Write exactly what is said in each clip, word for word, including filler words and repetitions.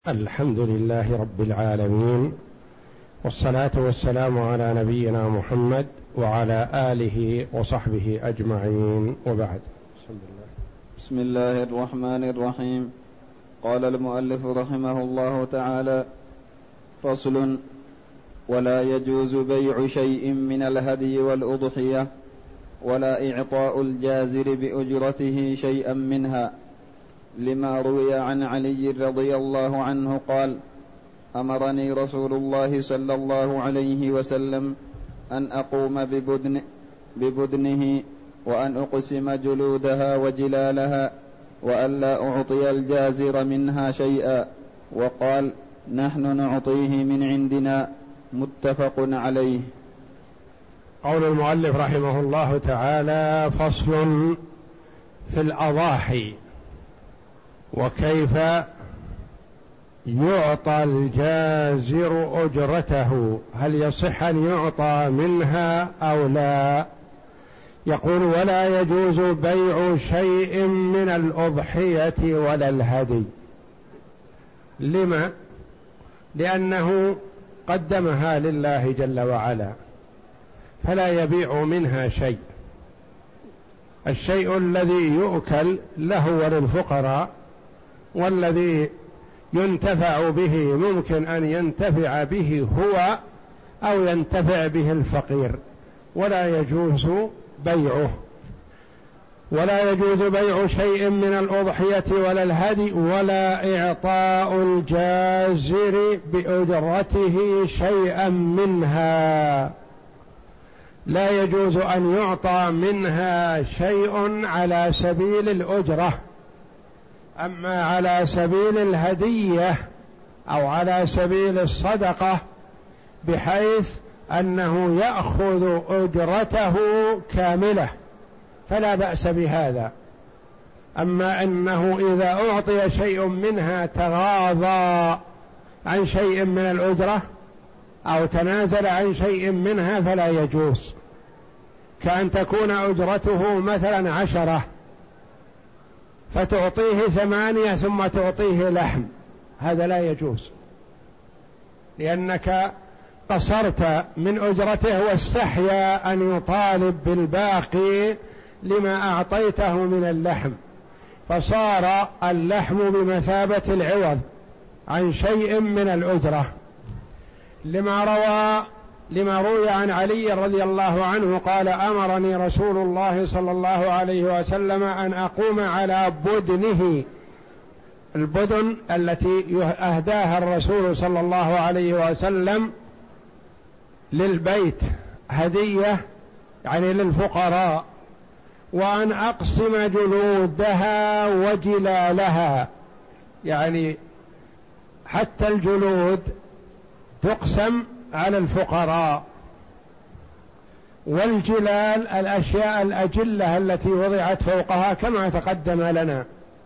الحمد لله رب العالمين، والصلاة والسلام على نبينا محمد وعلى آله وصحبه أجمعين، وبعد. بسم الله. بسم الله الرحمن الرحيم. قال المؤلف رحمه الله تعالى: فصل: ولا يجوز بيع شيء من الهدي والأضحية، ولا إعطاء الجازر بأجرته شيئا منها، لما روي عن علي رضي الله عنه قال: أمرني رسول الله صلى الله عليه وسلم أن أقوم ببدن ببدنه وأن أقسم جلودها وجلالها، وأن لا أعطي الجازر منها شيئا، وقال: نحن نعطيه من عندنا. متفق عليه. قول المؤلف رحمه الله تعالى: فصل في الأضاحي، وكيف يعطى الجازر أجرته، هل يصح أن يعطى منها أو لا؟ يقول: ولا يجوز بيع شيء من الأضحية ولا الهدي. لما؟ لأنه قدمها لله جل وعلا، فلا يبيع منها شيء. الشيء الذي يؤكل له وللفقراء، والذي ينتفع به ممكن أن ينتفع به هو أو ينتفع به الفقير، ولا يجوز بيعه. ولا يجوز بيع شيء من الأضحية ولا الهدي، ولا إعطاء الجازر بأجرته شيئا منها. لا يجوز أن يعطى منها شيء على سبيل الأجرة، أما على سبيل الهدية أو على سبيل الصدقة بحيث أنه يأخذ أجرته كاملة فلا بأس بهذا. أما أنه إذا أعطي شيء منها تغاضى عن شيء من الأجرة أو تنازل عن شيء منها فلا يجوز، كأن تكون أجرته مثلا عشرة فتعطيه ثمانية ثم تعطيه لحم، هذا لا يجوز، لأنك قصرت من أجرته واستحيا أن يطالب بالباقي لما أعطيته من اللحم، فصار اللحم بمثابة العوض عن شيء من الأجرة. لما روى لما روي عن علي رضي الله عنه قال: أمرني رسول الله صلى الله عليه وسلم أن أقوم على بدنه، البدن التي أهداها الرسول صلى الله عليه وسلم للبيت هدية يعني للفقراء، وأن أقسم جلودها وجلالها، يعني حتى الجلود تقسم على الفقراء، والجلال الأشياء الأجلة التي وضعت فوقها كما تقدم لنا،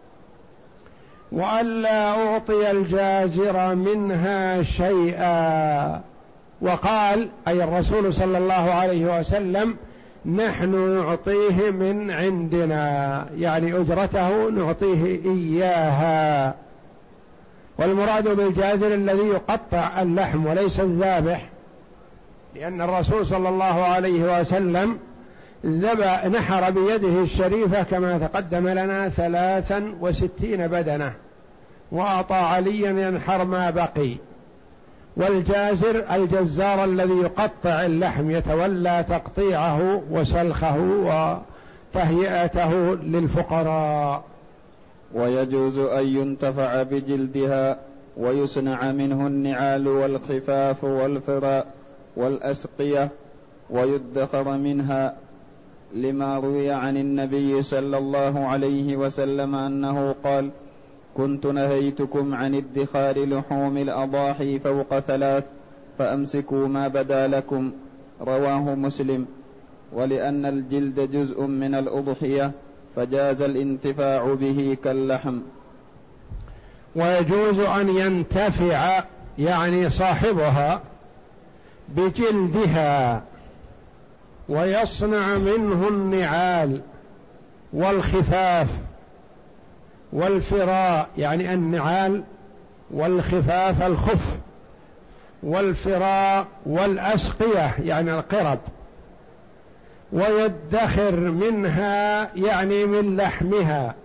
وألا أعطي الجازر منها شيئا. وقال أي الرسول صلى الله عليه وسلم: نحن نعطيه من عندنا، يعني أجرته نعطيه إياها. والمراد بالجازر الذي يقطع اللحم وليس الذابح، لأن الرسول صلى الله عليه وسلم ذبح نحر بيده الشريفة كما تقدم لنا ثلاثا وستين بدنة، وأعطى عليا ينحر ما بقي. والجازر الجزار الذي يقطع اللحم، يتولى تقطيعه وسلخه وتهيئته للفقراء. ويجوز أن ينتفع بجلدها ويصنع منه النعال والخفاف والفراء والأسقية ويدخر منها، لما روي عن النبي صلى الله عليه وسلم أنه قال: كنت نهيتكم عن ادخار لحوم الأضاحي فوق ثلاث فأمسكوا ما بدا لكم. رواه مسلم. ولأن الجلد جزء من الأضحية فجاز الانتفاع به كاللحم. ويجوز أن ينتفع يعني صاحبها بجلدها ويصنع منه النعال والخفاف والفراء، يعني النعال والخفاف الخف، والفراء والأسقية يعني القرب، ويدخر منها يعني من لحمها،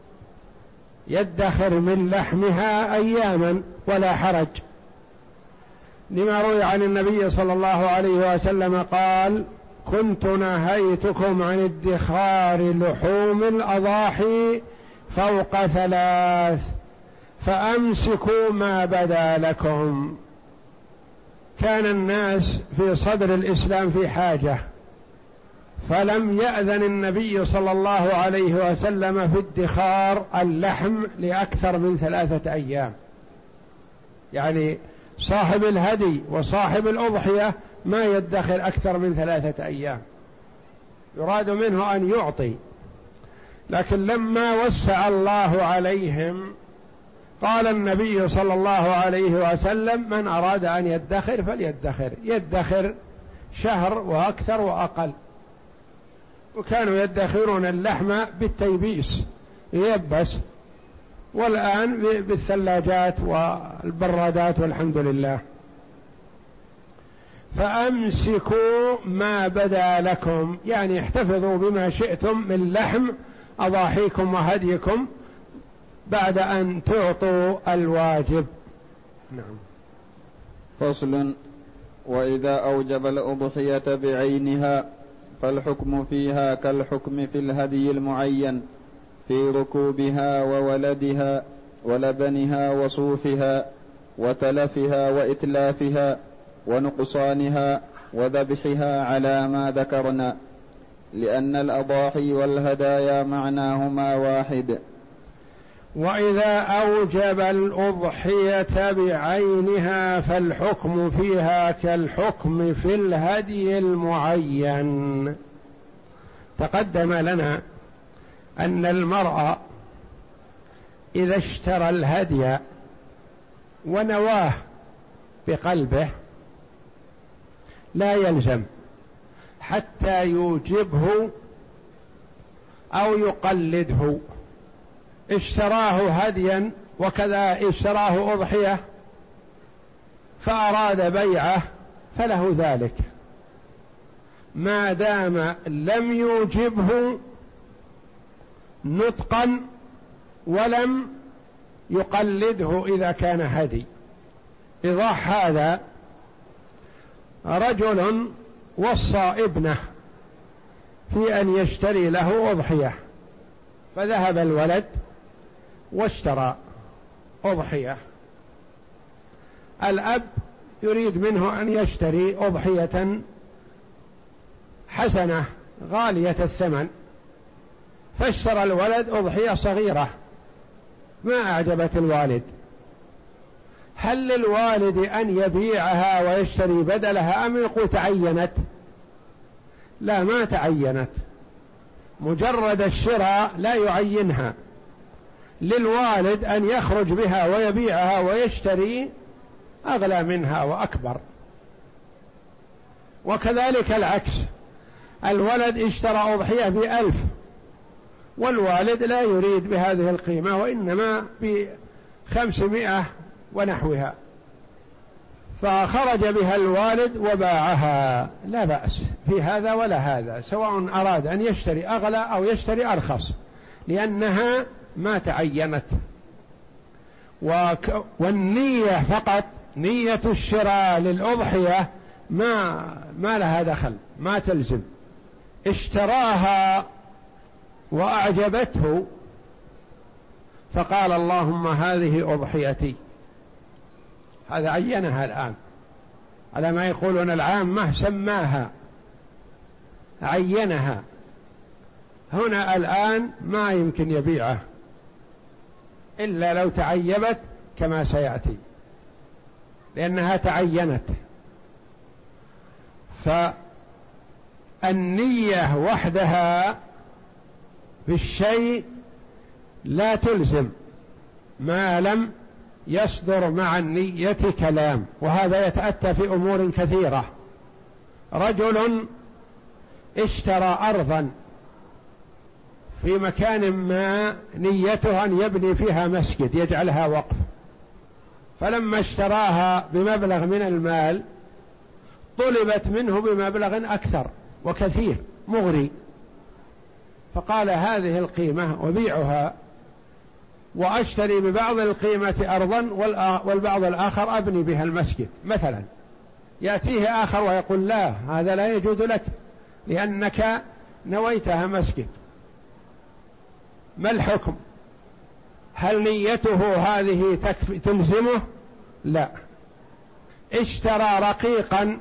يدخر من لحمها أياما ولا حرج، لما روي عن النبي صلى الله عليه وسلم قال: كنت نهيتكم عن ادخار لحوم الأضاحي فوق ثلاث فأمسكوا ما بدا لكم. كان الناس في صدر الإسلام في حاجة، فلم يأذن النبي صلى الله عليه وسلم في ادخار اللحم لأكثر من ثلاثة أيام، يعني صاحب الهدي وصاحب الأضحية ما يدخر أكثر من ثلاثة أيام، يراد منه أن يعطي. لكن لما وسع الله عليهم قال النبي صلى الله عليه وسلم: من أراد أن يدخر فليدخر، يدخر شهر وأكثر وأقل. وكانوا يدخرون اللحم بالتيبيس ييبس، والآن بالثلاجات والبرادات والحمد لله. فأمسكوا ما بدا لكم، يعني احتفظوا بما شئتم من لحم أضاحيكم وهديكم بعد أن تعطوا الواجب. نعم. فصل: وإذا أوجب الأضحية بعينها فالحكم فيها كالحكم في الهدي المعين في ركوبها وولدها ولبنها وصوفها وتلفها وإتلافها ونقصانها وذبحها على ما ذكرنا، لأن الأضاحي والهدايا معناهما واحد. وإذا أوجب الأضحية بعينها فالحكم فيها كالحكم في الهدي المعين. تقدم لنا أن المرء إذا اشترى الهدي ونواه بقلبه لا يلزم حتى يوجبه أو يقلده. اشتراه هديا وكذا اشتراه أضحية فأراد بيعه فله ذلك، ما دام لم يوجبه نطقا ولم يقلده إذا كان هدي. إيضاح هذا: رجل وصى ابنه في أن يشتري له أضحية، فذهب الولد واشترى أضحية. الأب يريد منه أن يشتري أضحية حسنة غالية الثمن، فاشترى الولد أضحية صغيرة ما أعجبت الوالد. هل للوالد أن يبيعها ويشتري بدلها أم يقول تعينت؟ لا، ما تعينت، مجرد الشراء لا يعينها. للوالد أن يخرج بها ويبيعها ويشتري أغلى منها وأكبر. وكذلك العكس، الولد اشترى أضحية بألف والوالد لا يريد بهذه القيمة وإنما بخمسمائة ونحوها، فخرج بها الوالد وباعها، لا بأس في هذا ولا هذا، سواء أراد أن يشتري أغلى أو يشتري أرخص، لأنها ما تعينت. وك... والنية فقط، نية الشراء للأضحية ما ما لها دخل، ما تلزم. اشتراها وأعجبته فقال اللهم هذه أضحيتي، هذا عينها الآن، على ما يقولون العامة سماها، عينها. هنا الآن ما يمكن يبيعه إلا لو تعيبت كما سيأتي، لأنها تعينت. فالنية وحدها بالشيء لا تلزم ما لم يصدر مع النية كلام، وهذا يتأتى في أمور كثيرة. رجل اشترى أرضا في مكان ما نيته أن يبني فيها مسجد يجعلها وقف، فلما اشتراها بمبلغ من المال طلبت منه بمبلغ أكثر وكثير مغري، فقال هذه القيمة وبيعها وأشتري ببعض القيمة أرضا والبعض الآخر أبني بها المسجد مثلا. يأتيه آخر ويقول لا، هذا لا يجوز لك لأنك نويتها مسجد. ما الحكم؟ هل نيته هذه تكفي تلزمه؟ لا. اشترى رقيقا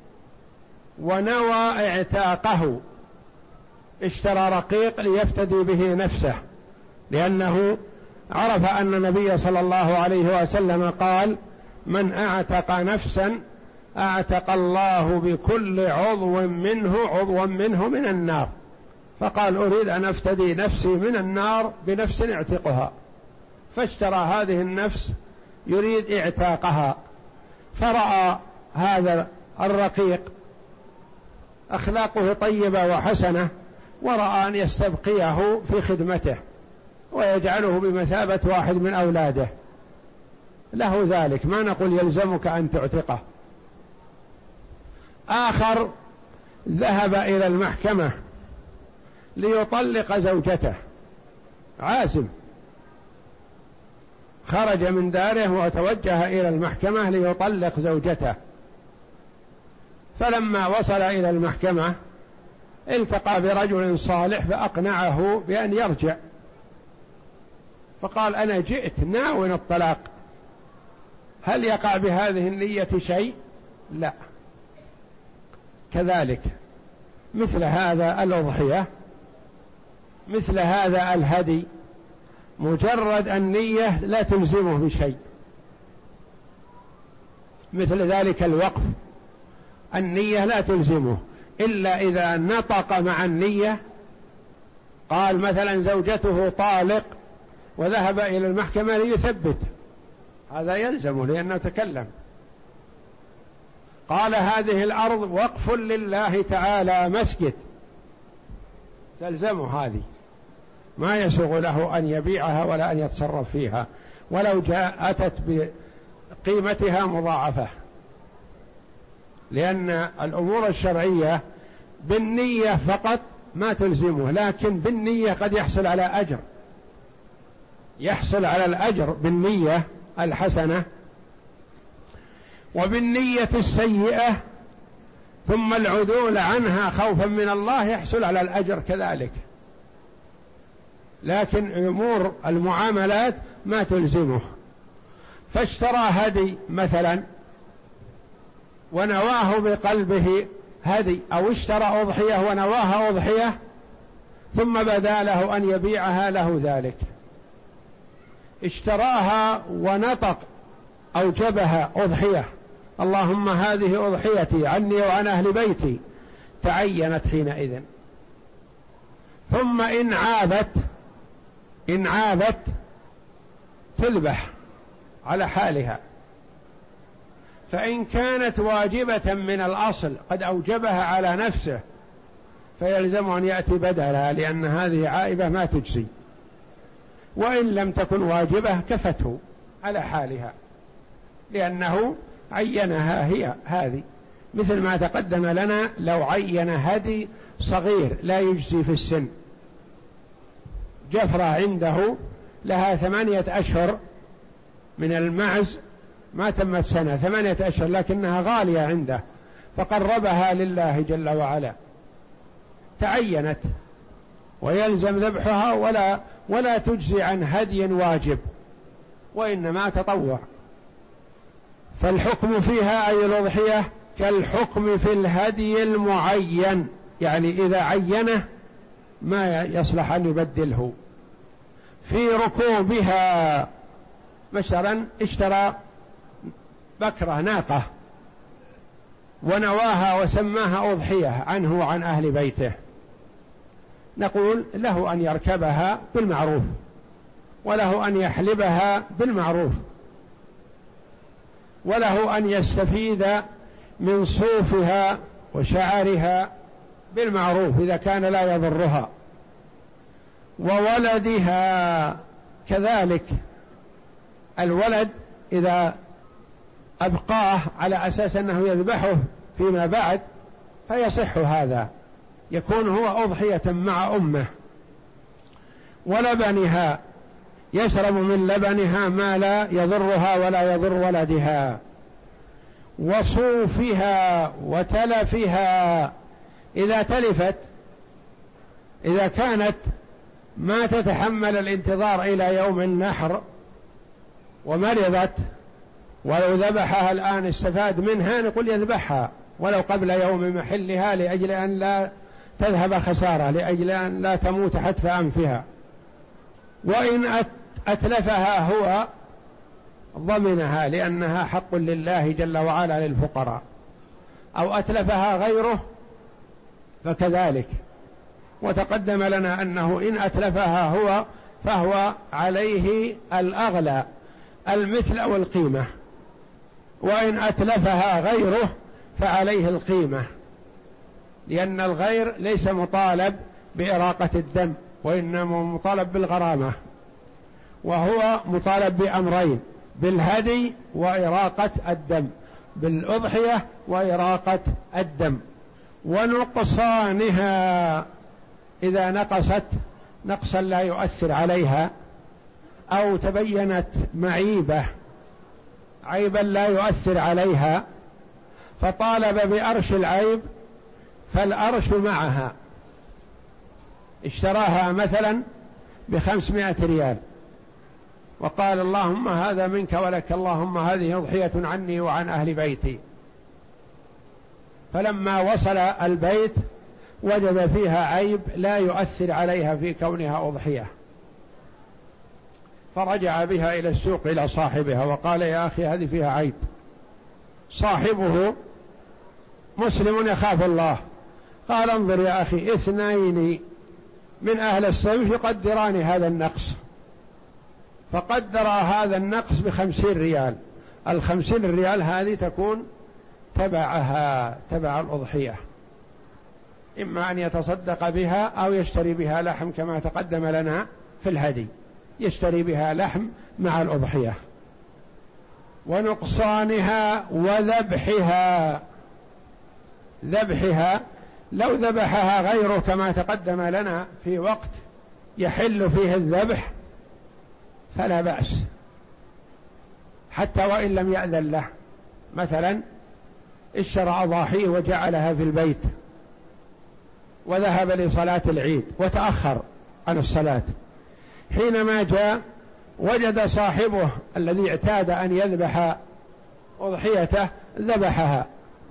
ونوى اعتاقه، اشترى رقيق ليفتدي به نفسه، لأنه عرف أن النبي صلى الله عليه وسلم قال من اعتق نفسا اعتق الله بكل عضو منه عضوا منه من النار، فقال أريد أن أفتدي نفسي من النار بنفس اعتقها، فاشترى هذه النفس يريد اعتاقها، فرأى هذا الرقيق أخلاقه طيبة وحسنة ورأى أن يستبقيه في خدمته ويجعله بمثابة واحد من أولاده، له ذلك، ما نقول يلزمك أن تعتقه. آخر ذهب إلى المحكمة ليطلق زوجته، عازم، خرج من داره وتوجه إلى المحكمة ليطلق زوجته، فلما وصل إلى المحكمة التقى برجل صالح فأقنعه بأن يرجع، فقال أنا جئت ناوي الطلاق، هل يقع بهذه النية شيء؟ لا. كذلك مثل هذا الأضحية، مثل هذا الهدي، مجرد النية لا تلزمه بشيء. مثل ذلك الوقف، النية لا تلزمه إلا إذا نطق مع النية، قال مثلا زوجته طالق وذهب إلى المحكمة ليثبت، هذا يلزمه لأنه تكلم. قال هذه الأرض وقف لله تعالى مسجد، تلزمه هذه، ما يسوغ له أن يبيعها ولا أن يتصرف فيها ولو جاء أتت بقيمتها مضاعفة، لأن الأمور الشرعية بالنية فقط ما تلزمه، لكن بالنية قد يحصل على أجر، يحصل على الأجر بالنية الحسنة، وبالنية السيئة ثم العدول عنها خوفا من الله يحصل على الأجر كذلك، لكن أمور المعاملات ما تلزمه. فاشترى هدي مثلا ونواه بقلبه هدي، أو اشترى أضحية ونواها أضحية ثم بدا له أن يبيعها له ذلك، اشتراها ونطق أوجبها أضحية، اللهم هذه أضحيتي عني وعن أهل بيتي، تعينت حينئذ. ثم إن عابت إن عابت تذبح على حالها، فإن كانت واجبة من الأصل قد أوجبها على نفسه فيلزم أن يأتي بدلها، لأن هذه عائبة ما تجزي، وإن لم تكن واجبة كفته على حالها لأنه عينها هي هذه، مثل ما تقدم لنا لو عين هدي صغير لا يجزي في السن، جفرة عنده لها ثمانية أشهر من المعز ما تمت سنة، ثمانية أشهر لكنها غالية عنده فقربها لله جل وعلا، تعينت ويلزم ذبحها ولا ولا تجزي عن هدي واجب وإنما تطوع. فالحكم فيها أي الأضحية كالحكم في الهدي المعين، يعني إذا عينه ما يصلح أن يبدله. في ركوبها مثلا اشترى بكرة ناقة ونواها وسماها أضحية عنه وعن أهل بيته، نقول له أن يركبها بالمعروف وله أن يحلبها بالمعروف وله أن يستفيد من صوفها وشعرها بالمعروف إذا كان لا يضرها. وولدها كذلك، الولد إذا أبقاه على أساس أنه يذبحه فيما بعد فيصح هذا، يكون هو أضحية مع أمه. ولبنها، يشرب من لبنها ما لا يضرها ولا يضر ولدها. وصوفها وتلفها، إذا تلفت، إذا كانت ما تتحمل الانتظار إلى يوم النحر ومرضت ولو ذبحها الآن استفاد منها، نقول يذبحها ولو قبل يوم محلها لأجل أن لا تذهب خسارة، لأجل أن لا تموت حتف أنفها. وإن أتلفها هو ضمنها لأنها حق لله جل وعلا للفقراء، أو أتلفها غيره فكذلك. وتقدم لنا أنه إن أتلفها هو فهو عليه الأغلى المثل أو القيمة، وإن أتلفها غيره فعليه القيمة، لأن الغير ليس مطالب بإراقة الدم وإنما مطالب بالغرامة، وهو مطالب بأمرين: بالهدي وإراقة الدم، بالأضحية وإراقة الدم. ونقصانها، إذا نقصت نقصا لا يؤثر عليها أو تبينت معيبة عيبا لا يؤثر عليها فطالب بأرش العيب، فالأرش معها. اشتراها مثلا بخمسمائة ريال وقال اللهم هذا منك ولك، اللهم هذه أضحية عني وعن أهل بيتي. فلما وصل البيت وجد فيها عيب لا يؤثر عليها في كونها أضحية، فرجع بها إلى السوق إلى صاحبها وقال يا أخي هذه فيها عيب. صاحبه مسلم يخاف الله، قال انظر يا أخي، اثنين من أهل الصنف يقدران هذا النقص، فقدر هذا النقص بخمسين ريال. الخمسين ريال هذه تكون تبعها، تبع الأضحية، إما أن يتصدق بها أو يشتري بها لحم كما تقدم لنا في الهدي، يشتري بها لحم مع الأضحية. ونقصانها وذبحها، ذبحها لو ذبحها غيره كما تقدم لنا في وقت يحل فيه الذبح فلا بأس، حتى وإن لم يأذن له. مثلا اشترى أضاحيه وجعلها في البيت وذهب لصلاة العيد وتأخر عن الصلاة، حينما جاء وجد صاحبه الذي اعتاد أن يذبح أضحيته ذبحها،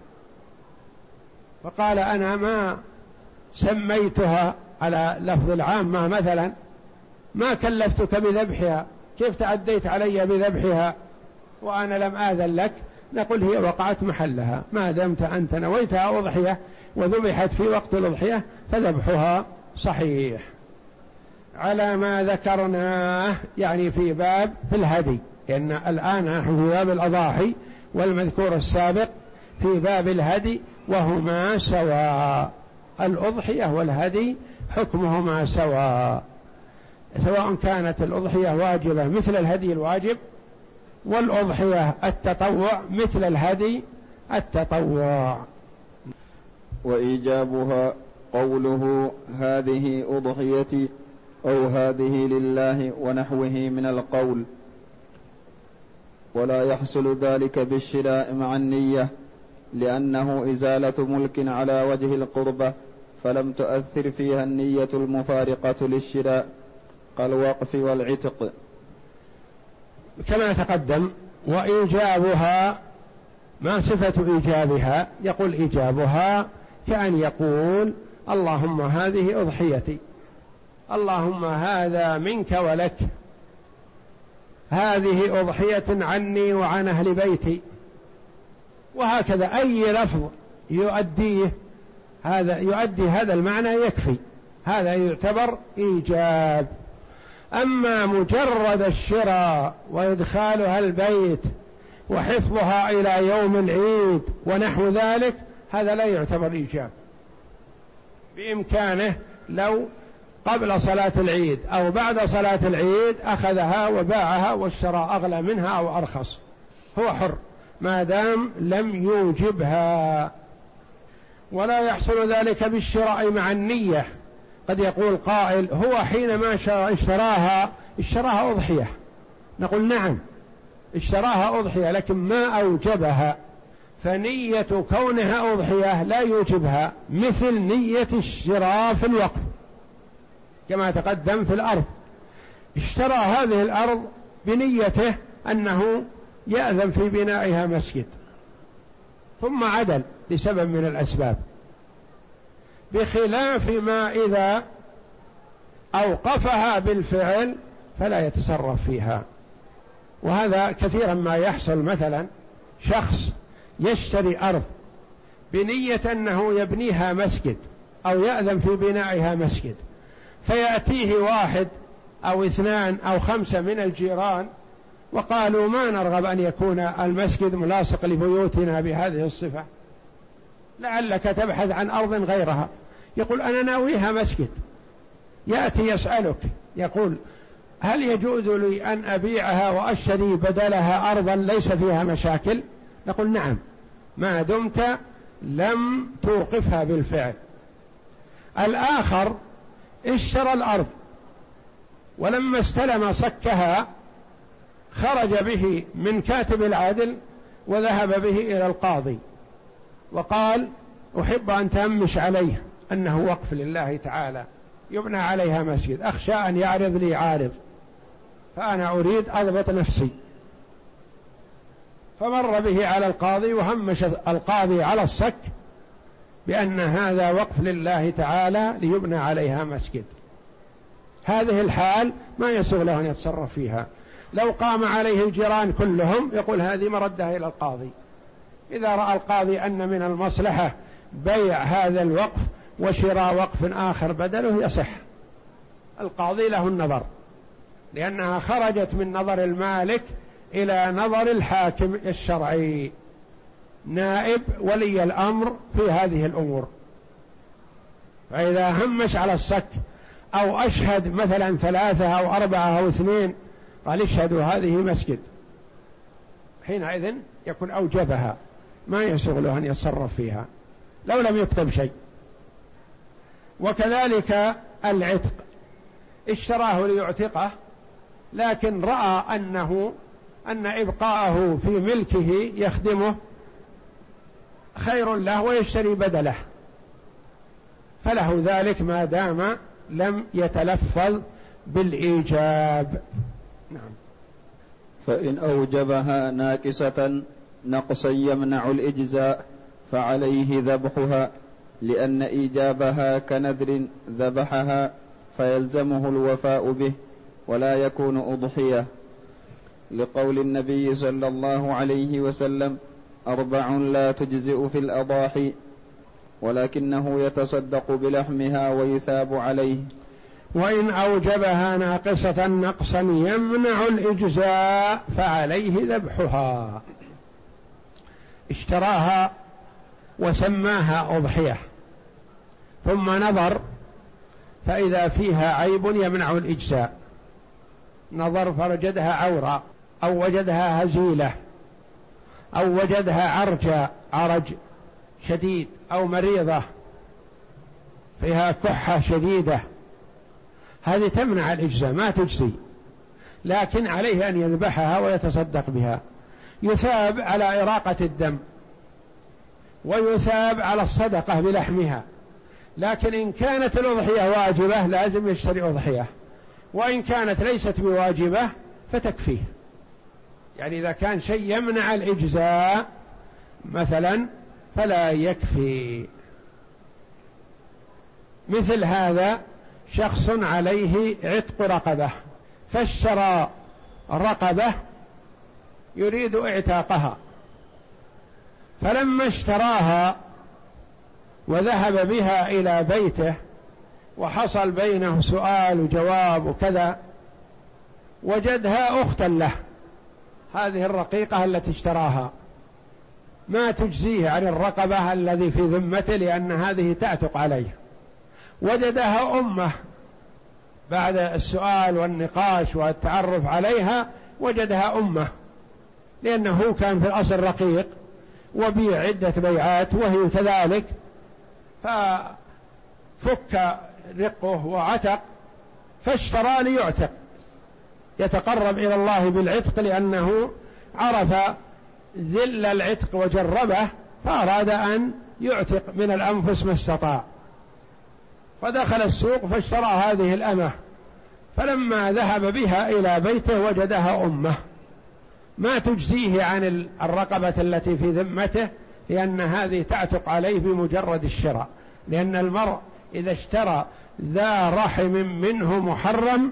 فقال أنا ما سميتها على لفظ العامة، مثلا ما كلفتك بذبحها، كيف تعديت علي بذبحها وأنا لم آذن لك؟ نقول هي وقعت محلها، ما دمت أنت نويتها أضحية وذبحت في وقت الأضحية فذبحها صحيح. على ما ذكرناه يعني في باب في الهدي، لأن الآن نحن في باب الأضاحي والمذكور السابق في باب الهدي، وهما سواء، الأضحية والهدي حكمهما سواء، سواء كانت الأضحية واجبة مثل الهدي الواجب، والأضحية التطوع مثل الهدي التطوع. وإيجابها قوله هذه أضحيتي أو هذه لله ونحوه من القول، ولا يحصل ذلك بالشراء مع النية، لأنه إزالة ملك على وجه القربة، فلم تؤثر فيها النية المفارقة للشراء كالوقف والعتق. كما تقدم. وإيجابها، ما صفة إيجابها؟ يقول إيجابها كأن يقول اللهم هذه أضحيتي، اللهم هذا منك ولك، هذه أضحية عني وعن أهل بيتي، وهكذا أي لفظ يؤديه هذا يؤدي هذا المعنى يكفي، هذا يعتبر إيجاب. أما مجرد الشراء وإدخالها البيت وحفظها إلى يوم العيد ونحو ذلك هذا لا يعتبر إيجاب. بإمكانه لو قبل صلاة العيد أو بعد صلاة العيد أخذها وباعها واشترى أغلى منها أو أرخص، هو حر، ما دام لم يوجبها. ولا يحصل ذلك بالشراء مع النية. قد يقول قائل هو حينما اشتراها اشتراها أضحية، نقول نعم اشتراها أضحية لكن ما أوجبها، فنية كونها أضحية لا يوجبها، مثل نية الشراء في الوقف كما تقدم في الأرض. اشترى هذه الأرض بنيته أنه يأذن في بنائها مسجد، ثم عدل لسبب من الأسباب، بخلاف ما إذا أوقفها بالفعل فلا يتصرف فيها. وهذا كثيرا ما يحصل، مثلا شخص يشتري أرض بنية أنه يبنيها مسجد أو يأذن في بنائها مسجد، فيأتيه واحد أو اثنان أو خمسة من الجيران وقالوا ما نرغب أن يكون المسجد ملاصق لبيوتنا بهذه الصفة، لعلك تبحث عن أرض غيرها. يقول أنا ناويها مسجد. يأتي يسألك يقول هل يجوز لي أن أبيعها وأشتري بدلها أرضا ليس فيها مشاكل؟ نقول نعم ما دمت لم توقفها بالفعل. الآخر اشترى الأرض ولما استلم صكها خرج به من كاتب العدل وذهب به إلى القاضي وقال أحب أن تهمش عليه أنه وقف لله تعالى يبنى عليها مسجد، أخشى أن يعرض لي عارض فأنا أريد أضبط نفسي. فمر به على القاضي وهمش القاضي على الصك بأن هذا وقف لله تعالى ليبنى عليها مسجد. هذه الحال ما يسوغ له أن يتصرف فيها. لو قام عليه الجيران كلهم يقول هذه مردها إلى القاضي. إذا رأى القاضي أن من المصلحة بيع هذا الوقف وشراء وقف آخر بدله يصح، القاضي له النظر، لأنها خرجت من نظر المالك إلى نظر الحاكم الشرعي نائب ولي الأمر في هذه الأمور. فإذا همش على الصك أو أشهد مثلا ثلاثة أو أربعة أو اثنين قال اشهدوا هذه مسجد، حينئذ يكون أوجبها، ما يسوغ له أن يتصرف فيها لو لم يكتب شيء. وكذلك العتق، اشتراه ليعتقه لكن رأى أنه أن إبقاءه في ملكه يخدمه خير له ويشتري بدله، فله ذلك ما دام لم يتلفظ بالإيجاب. نعم. فإن أوجبها ناقصة نقصا يمنع الإجزاء فعليه ذبحها، لأن إيجابها كنذر ذبحها فيلزمه الوفاء به ولا يكون أضحية، لقول النبي صلى الله عليه وسلم أربع لا تجزئ في الأضاحي ولكنه يتصدق بلحمها ويثاب عليه. وإن أوجبها ناقصة نقصا يمنع الإجزاء فعليه ذبحها. اشتراها وسماها أضحية ثم نظر فإذا فيها عيب يمنع الإجزاء، نظر فوجدها عورة أو وجدها هزيلة أو وجدها عرجة عرج شديد أو مريضة فيها كحة شديدة، هذه تمنع الإجزاء ما تجزي، لكن عليه أن يذبحها ويتصدق بها، يثاب على إراقة الدم ويثاب على الصدقة بلحمها. لكن إن كانت الأضحية واجبة لازم يشتري أضحية، وإن كانت ليست بواجبة فتكفيه. يعني إذا كان شيء يمنع الإجزاء مثلا فلا يكفي. مثل هذا شخص عليه عتق رقبة فاشترى رقبة يريد اعتاقها، فلما اشتراها وذهب بها إلى بيته وحصل بينه سؤال وجواب وكذا وجدها أختا له، هذه الرقيقة التي اشتراها ما تجزيه عن الرقبة الذي في ذمته لأن هذه تعتق عليه، وجدها أمه بعد السؤال والنقاش والتعرف عليها وجدها أمه لأنه كان في الأصل رقيق وبيع عدة بيعات وهي كذلك، ففك رقه وعتق فاشترى ليعتق، يتقرب إلى الله بالعتق لأنه عرف ذل العتق وجربه، فأراد أن يعتق من الأنفس ما استطاع، فدخل السوق فاشترى هذه الأمة، فلما ذهب بها إلى بيته وجدها أمه ما تجزيه عن الرقبة التي في ذمته، لأن هذه تعتق عليه بمجرد الشراء، لأن المرء إذا اشترى ذا رحم منه محرم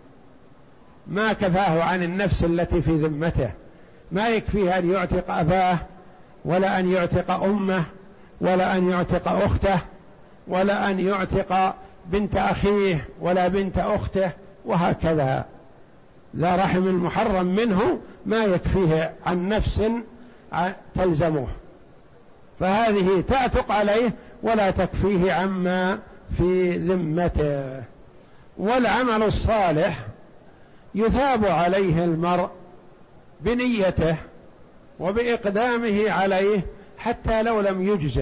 ما كفاه عن النفس التي في ذمته، ما يكفيه أن يعتق أباه ولا أن يعتق أمه ولا أن يعتق أخته ولا أن يعتق بنت أخيه ولا بنت أخته، وهكذا ذا رحم المحرم منه ما يكفيه عن نفس تلزمه، فهذه تعتق عليه ولا تكفيه عما في ذمته. والعمل الصالح يثاب عليه المرء بنيته وبإقدامه عليه حتى لو لم يجزئ،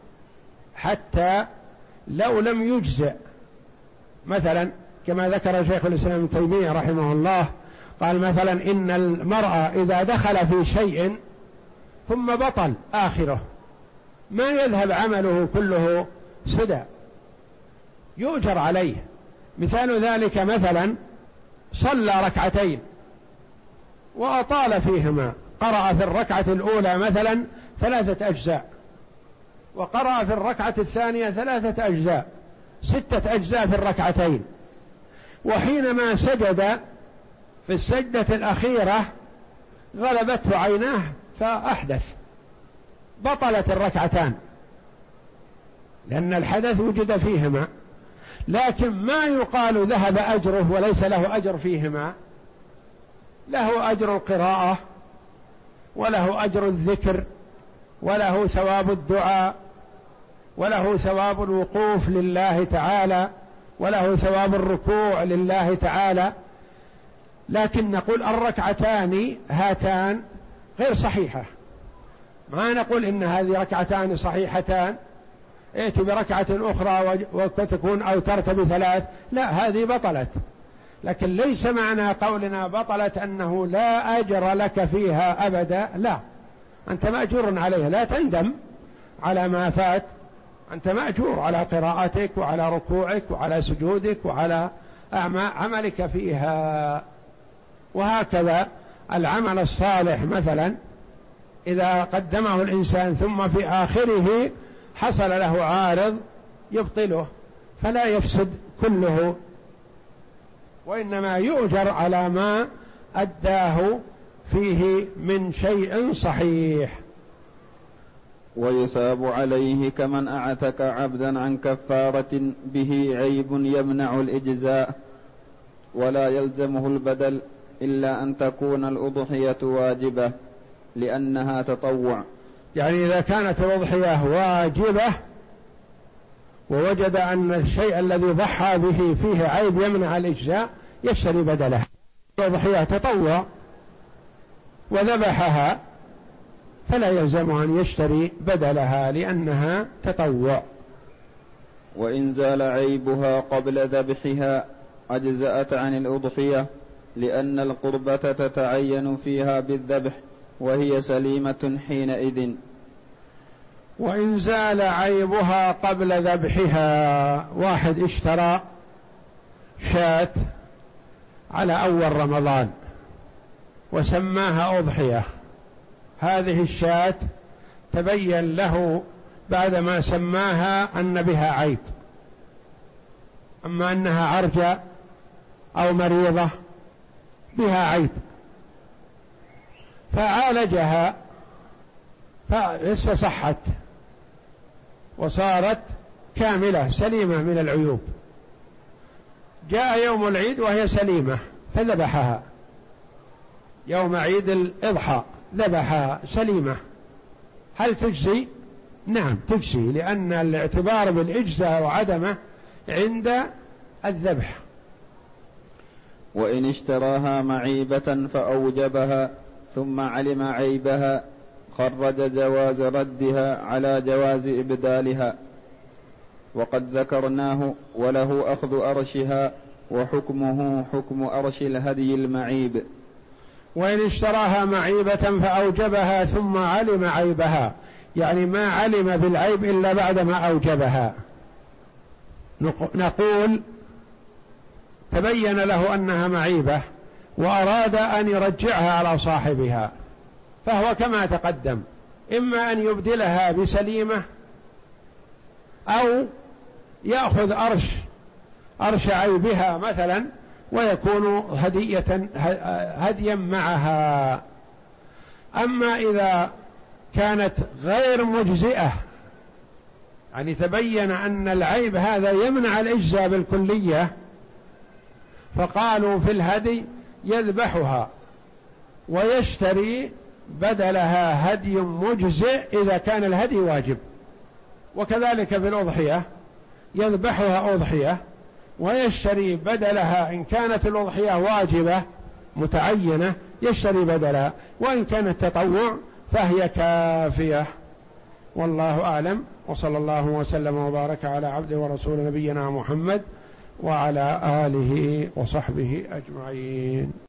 حتى لو لم يجزئ. مثلا كما ذكر شيخ الإسلام ابن تيمية رحمه الله، قال مثلا إن المرأة إذا دخل في شيء ثم بطل آخره ما يذهب عمله كله سدى، يؤجر عليه. مثال ذلك مثلا صلى ركعتين وأطال فيهما، قرأ في الركعة الأولى مثلا ثلاثة أجزاء، وقرأ في الركعة الثانية ثلاثة أجزاء، ستة أجزاء في الركعتين، وحينما سجد في السجدة الأخيرة غلبته عيناه فأحدث، بطلت الركعتان لأن الحدث وجد فيهما، لكن ما يقال ذهب أجره وليس له أجر فيهما، له أجر القراءة وله أجر الذكر وله ثواب الدعاء وله ثواب الوقوف لله تعالى وله ثواب الركوع لله تعالى. لكن نقول الركعتان هاتان غير صحيحة، ما نقول إن هذه ركعتان صحيحتان ائت بركعة أخرى وتكون أوترت بثلاث، لا هذه بطلت. لكن ليس معنى قولنا بطلت أنه لا أجر لك فيها أبدا، لا، أنت مأجور عليها، لا تندم على ما فات، أنت مأجور على قراءتك وعلى ركوعك وعلى سجودك وعلى عملك فيها. وهكذا العمل الصالح مثلا إذا قدمه الإنسان ثم في آخره حصل له عارض يبطله، فلا يفسد كله، وإنما يؤجر على ما أداه فيه من شيء صحيح. ويثاب عليه كمن أعتك عبدا عن كفارة به عيب يمنع الإجزاء، ولا يلزمه البدل إلا أن تكون الأضحية واجبة لأنها تطوع. يعني إذا كانت الأضحية واجبة ووجد أن الشيء الذي ضحى به فيه عيب يمنع الإجزاء يشتري بدله. الأضحية تطوع وذبحها فلا يلزمه أن يشتري بدلها لأنها تطوع. وإن زال عيبها قبل ذبحها أجزأت عن الأضحية، لأن القربة تتعين فيها بالذبح وهي سليمة حينئذ. وإن زال عيبها قبل ذبحها، واحد اشترى شاة على أول رمضان وسماها أضحية، هذه الشاة تبين له بعدما سماها أن بها عيب، أما أنها عرجة أو مريضة بها عيب، فعالجها فاستصحت وصارت كاملة سليمة من العيوب. جاء يوم العيد وهي سليمة فذبحها، يوم عيد الإضحى ذبحها سليمة، هل تجزي؟ نعم تجزي، لأن الاعتبار بالإجزاء وعدمه عند الذبح. وإن اشتراها معيبة فأوجبها ثم علم عيبها خرج جواز ردها على جواز إبدالها، وقد ذكرناه، وله أخذ أرشها وحكمه حكم أرش الهدي المعيب. وإن اشتراها معيبة فأوجبها ثم علم عيبها، يعني ما علم بالعيب إلا بعدما أوجبها، نقول تبين له أنها معيبة وأراد أن يرجعها على صاحبها، فهو كما تقدم، إما أن يبدلها بسليمة أو يأخذ أرش أرش عيبها مثلا ويكون هدية هديا معها. أما إذا كانت غير مجزئة، يعني تبين أن العيب هذا يمنع الإجزاء بالكلية، فقالوا في الهدي يذبحها ويشتري بدلها هدي مجزئ إذا كان الهدي واجب، وكذلك في الأضحية يذبحها أضحية ويشتري بدلها، إن كانت الأضحية واجبة متعينة يشتري بدلها، وإن كانت تطوع فهي كافية. والله أعلم، وصلى الله وسلم وبارك على عبده ورسول نبينا محمد وعلى آله وصحبه أجمعين.